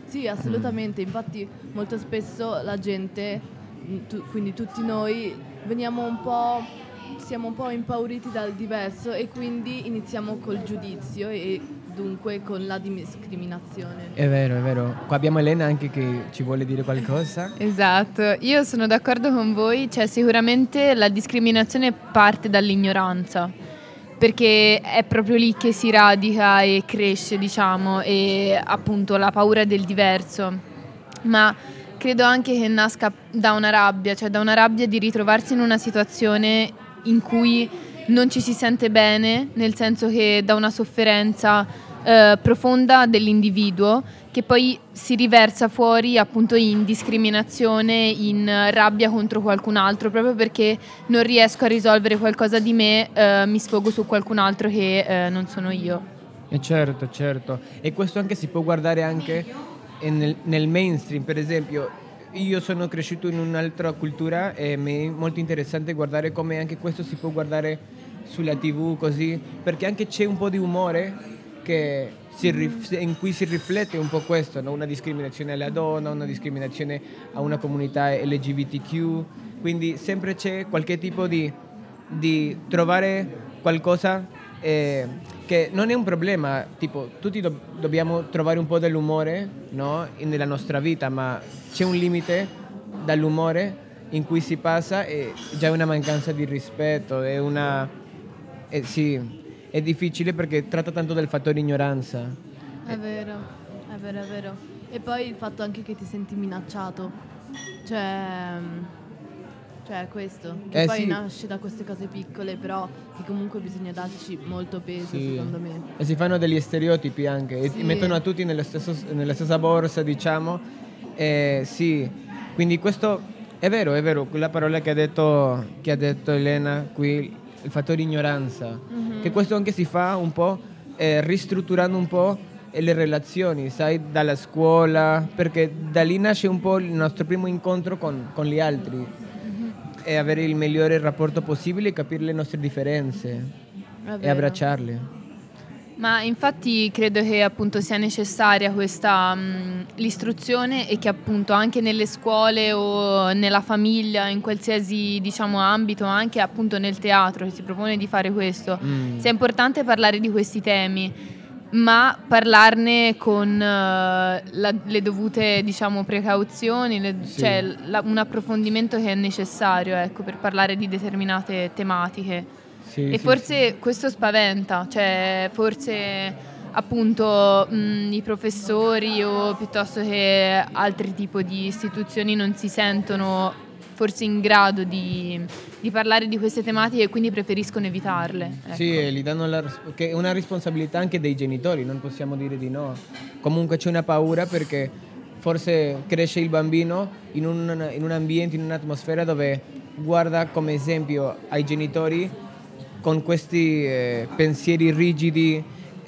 Sì, assolutamente. Infatti molto spesso la gente, quindi tutti noi, siamo un po' impauriti dal diverso e quindi iniziamo col giudizio e dunque con la discriminazione. È vero. Qua abbiamo Elena anche che ci vuole dire qualcosa. Esatto, io sono d'accordo con voi, cioè sicuramente la discriminazione parte dall'ignoranza, perché è proprio lì che si radica e cresce, diciamo, e appunto la paura del diverso, ma credo anche che nasca da una rabbia, cioè da una rabbia di ritrovarsi in una situazione in cui non ci si sente bene, nel senso che da una sofferenza profonda dell'individuo che poi si riversa fuori appunto in discriminazione, in rabbia contro qualcun altro, proprio perché non riesco a risolvere qualcosa di me, mi sfogo su qualcun altro che non sono io. Certo. E questo anche si può guardare anche nel mainstream, per esempio. Io sono cresciuto in un'altra cultura e mi è molto interessante guardare come anche questo si può guardare sulla TV così, perché anche c'è un po' di umore in cui si riflette un po' questo, no? Una discriminazione alla donna, una discriminazione a una comunità LGBTQ, quindi sempre c'è qualche tipo di trovare qualcosa che non è un problema, tipo tutti dobbiamo trovare un po' dell'umore, no? Nella nostra vita, ma c'è un limite dall'umore in cui si passa e già è una mancanza di rispetto, sì. È difficile perché tratta tanto del fattore ignoranza. È vero. E poi il fatto anche che ti senti minacciato. Cioè questo. Che poi sì. Nasce da queste cose piccole, però che comunque bisogna darci molto peso, Sì. secondo me. E si fanno degli stereotipi anche, e Sì. mettono a tutti nella stessa borsa, diciamo. Sì, quindi questo è vero, quella parola che ha detto Elena qui, il fattore ignoranza, che questo anche si fa un po' ristrutturando un po' le relazioni, sai, dalla scuola, perché da lì nasce un po' il nostro primo incontro con gli altri e avere il migliore rapporto possibile e capire le nostre differenze e abbracciarle. Ma infatti credo che appunto sia necessaria questa l'istruzione e che appunto anche nelle scuole o nella famiglia, in qualsiasi diciamo ambito, anche appunto nel teatro che si propone di fare questo, sia importante parlare di questi temi, ma parlarne con le dovute diciamo precauzioni, Sì. cioè un approfondimento che è necessario, ecco, per parlare di determinate tematiche. Sì, E sì, forse questo spaventa, cioè forse appunto i professori o piuttosto che altri tipi di istituzioni non si sentono forse in grado di parlare di queste tematiche e quindi preferiscono evitarle. Ecco. Sì, e gli danno che è una responsabilità anche dei genitori, non possiamo dire di no. Comunque c'è una paura perché forse cresce il bambino in un ambiente, in un'atmosfera dove guarda come esempio ai genitori con questi pensieri rigidi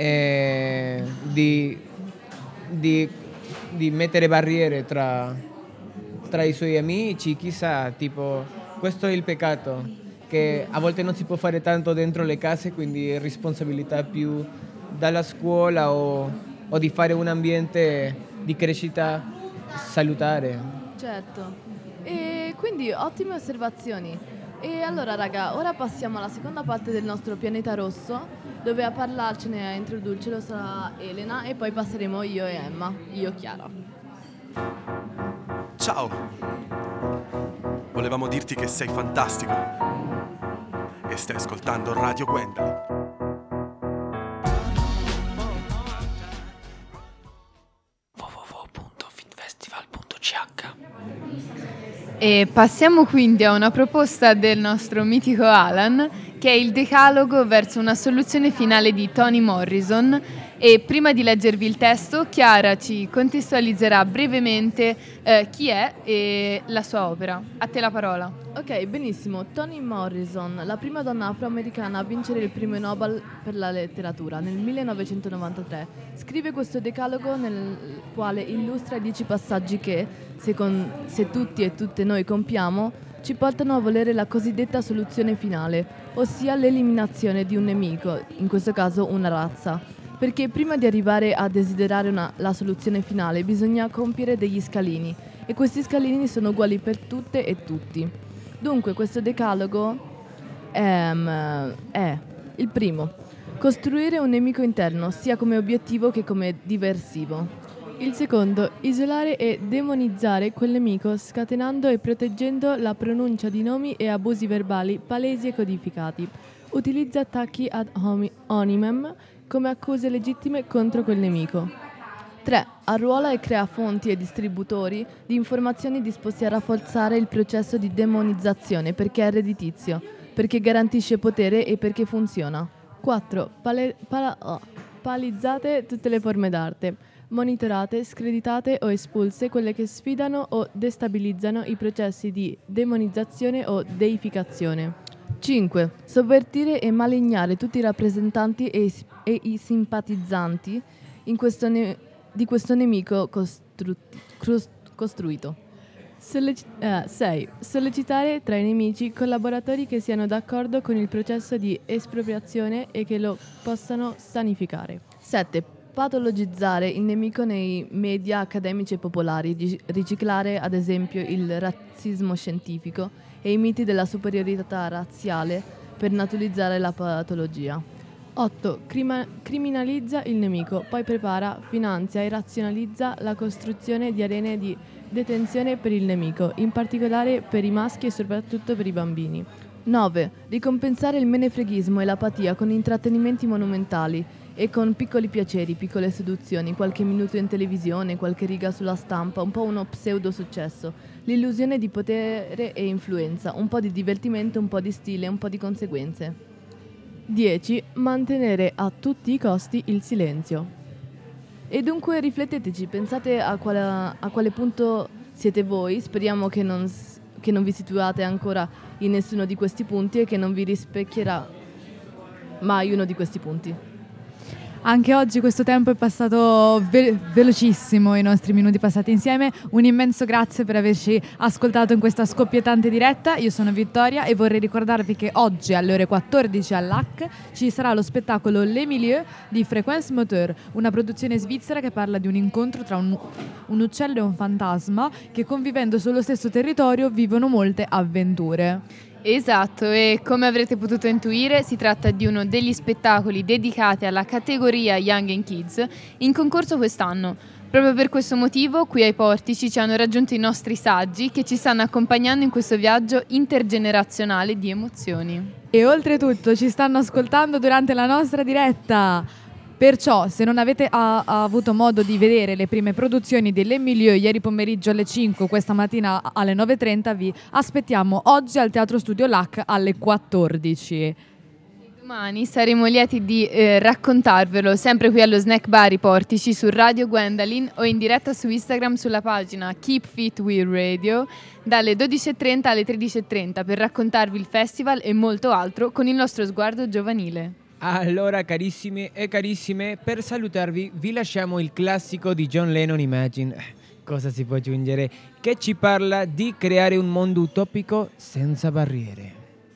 di mettere barriere tra i suoi amici, chissà, tipo, questo è il peccato, che a volte non si può fare tanto dentro le case, quindi è responsabilità più dalla scuola o di fare un ambiente di crescita salutare. Certo. E quindi ottime osservazioni. E allora raga, ora passiamo alla seconda parte del nostro pianeta rosso, dove a parlarcene e a introdurcelo sarà Elena e poi passeremo io e Emma, io Chiara. Ciao! Volevamo dirti che sei fantastico e stai ascoltando Radio Gwendolyn. www.finfestival.ch. E passiamo quindi a una proposta del nostro mitico Alan, che è il decalogo verso una soluzione finale di Toni Morrison. E prima di leggervi il testo, Chiara ci contestualizzerà brevemente chi è e la sua opera. A te la parola. Ok, benissimo. Toni Morrison, la prima donna afroamericana a vincere il premio Nobel per la letteratura nel 1993, scrive questo decalogo nel quale illustra 10 passaggi che, se tutti e tutte noi compiamo, ci portano a volere la cosiddetta soluzione finale, ossia l'eliminazione di un nemico, in questo caso una razza. Perché prima di arrivare a desiderare la soluzione finale bisogna compiere degli scalini e questi scalini sono uguali per tutte e tutti. Dunque questo decalogo è il primo: costruire un nemico interno sia come obiettivo che come diversivo. Il secondo: isolare e demonizzare quel nemico scatenando e proteggendo la pronuncia di nomi e abusi verbali palesi e codificati. Utilizza attacchi ad hominem come accuse legittime contro quel nemico. 3. Arruola e crea fonti e distributori di informazioni disposti a rafforzare il processo di demonizzazione perché è redditizio, perché garantisce potere e perché funziona. 4. Palizzate tutte le forme d'arte. Monitorate, screditate o espulse quelle che sfidano o destabilizzano i processi di demonizzazione o deificazione. 5. Sovvertire e malignare tutti i rappresentanti e i simpatizzanti di questo nemico costruito. 6. Sollecitare tra i nemici collaboratori che siano d'accordo con il processo di espropriazione e che lo possano sanificare. 7. Patologizzare il nemico nei media accademici e popolari, riciclare ad esempio il razzismo scientifico e i miti della superiorità razziale per naturalizzare la patologia. 8. Criminalizza il nemico, poi prepara, finanzia e razionalizza la costruzione di arene di detenzione per il nemico, in particolare per i maschi e soprattutto per i bambini. 9. Ricompensare il menefreghismo e l'apatia con intrattenimenti monumentali e con piccoli piaceri, piccole seduzioni, qualche minuto in televisione, qualche riga sulla stampa, un po' uno pseudo successo, l'illusione di potere e influenza, un po' di divertimento, un po' di stile, un po' di conseguenze. 10. Mantenere a tutti i costi il silenzio. E dunque rifletteteci, pensate a quale punto siete voi, speriamo che non vi situate ancora in nessuno di questi punti e che non vi rispecchierà mai uno di questi punti. Anche oggi questo tempo è passato velocissimo, i nostri minuti passati insieme. Un immenso grazie per averci ascoltato in questa scoppiettante diretta. Io sono Vittoria e vorrei ricordarvi che oggi alle ore 14 all'HAC ci sarà lo spettacolo Les Milieux di Fréquence Moteur, una produzione svizzera che parla di un incontro tra un uccello e un fantasma che, convivendo sullo stesso territorio, vivono molte avventure. Esatto, e come avrete potuto intuire si tratta di uno degli spettacoli dedicati alla categoria Young and Kids in concorso quest'anno. Proprio per questo motivo qui ai Portici ci hanno raggiunto i nostri saggi che ci stanno accompagnando in questo viaggio intergenerazionale di emozioni. E oltretutto ci stanno ascoltando durante la nostra diretta. Perciò, se non avete avuto modo di vedere le prime produzioni delle Milieu ieri pomeriggio alle 5, questa mattina alle 9.30, vi aspettiamo oggi al Teatro Studio LAC alle 14. Domani saremo lieti di raccontarvelo sempre qui allo Snack Bar I Portici su Radio Gwendolyn o in diretta su Instagram sulla pagina Keep Fit With Radio dalle 12.30 alle 13.30 per raccontarvi il festival e molto altro con il nostro sguardo giovanile. Allora, carissimi e carissime, per salutarvi vi lasciamo il classico di John Lennon, Imagine. Cosa si può aggiungere? Che ci parla di creare un mondo utopico senza barriere.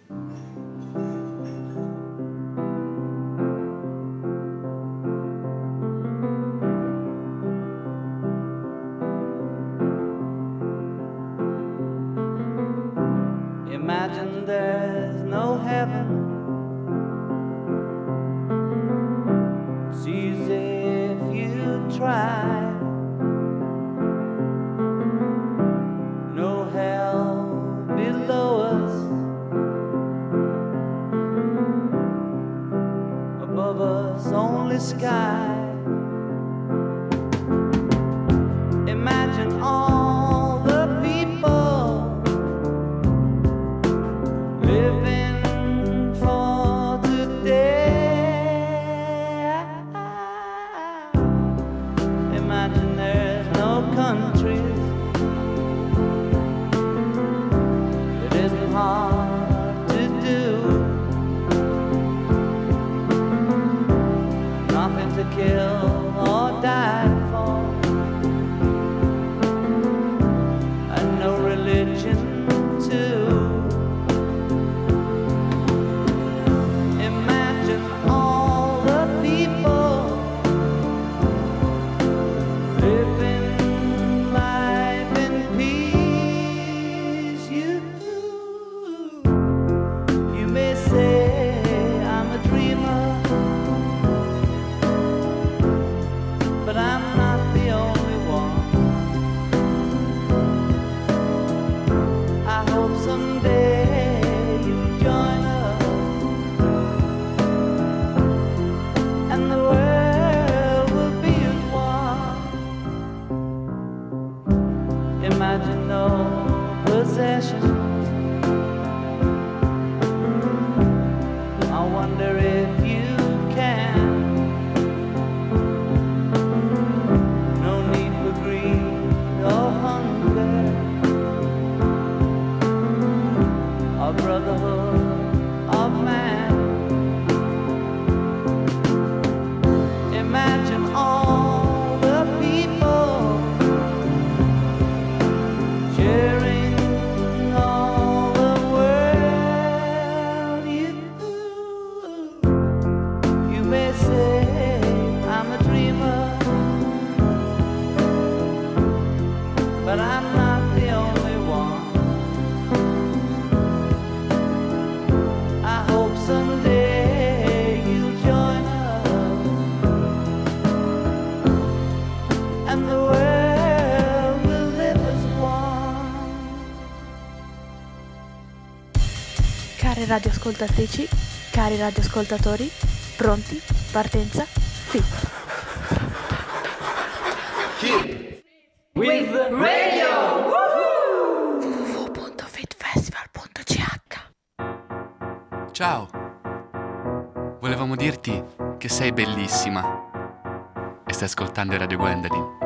Imagine there's no heaven. It's easy if you try. No hell below us. Above us only sky. Imagine all the people living for today. Imagine there's no countries. It isn't hard to do. Nothing to kill or die for. And no religion too. Imagine all the people may say I'm a dreamer, but I'm not the only one. I hope someday you'll join us and the world will live as one. Care radioascoltatrici, cari radioascoltatori, pronti? Partenza? Fit. With radio! www.fitfestival.ch. Ciao! Volevamo dirti che sei bellissima e stai ascoltando Radio Gwendoline.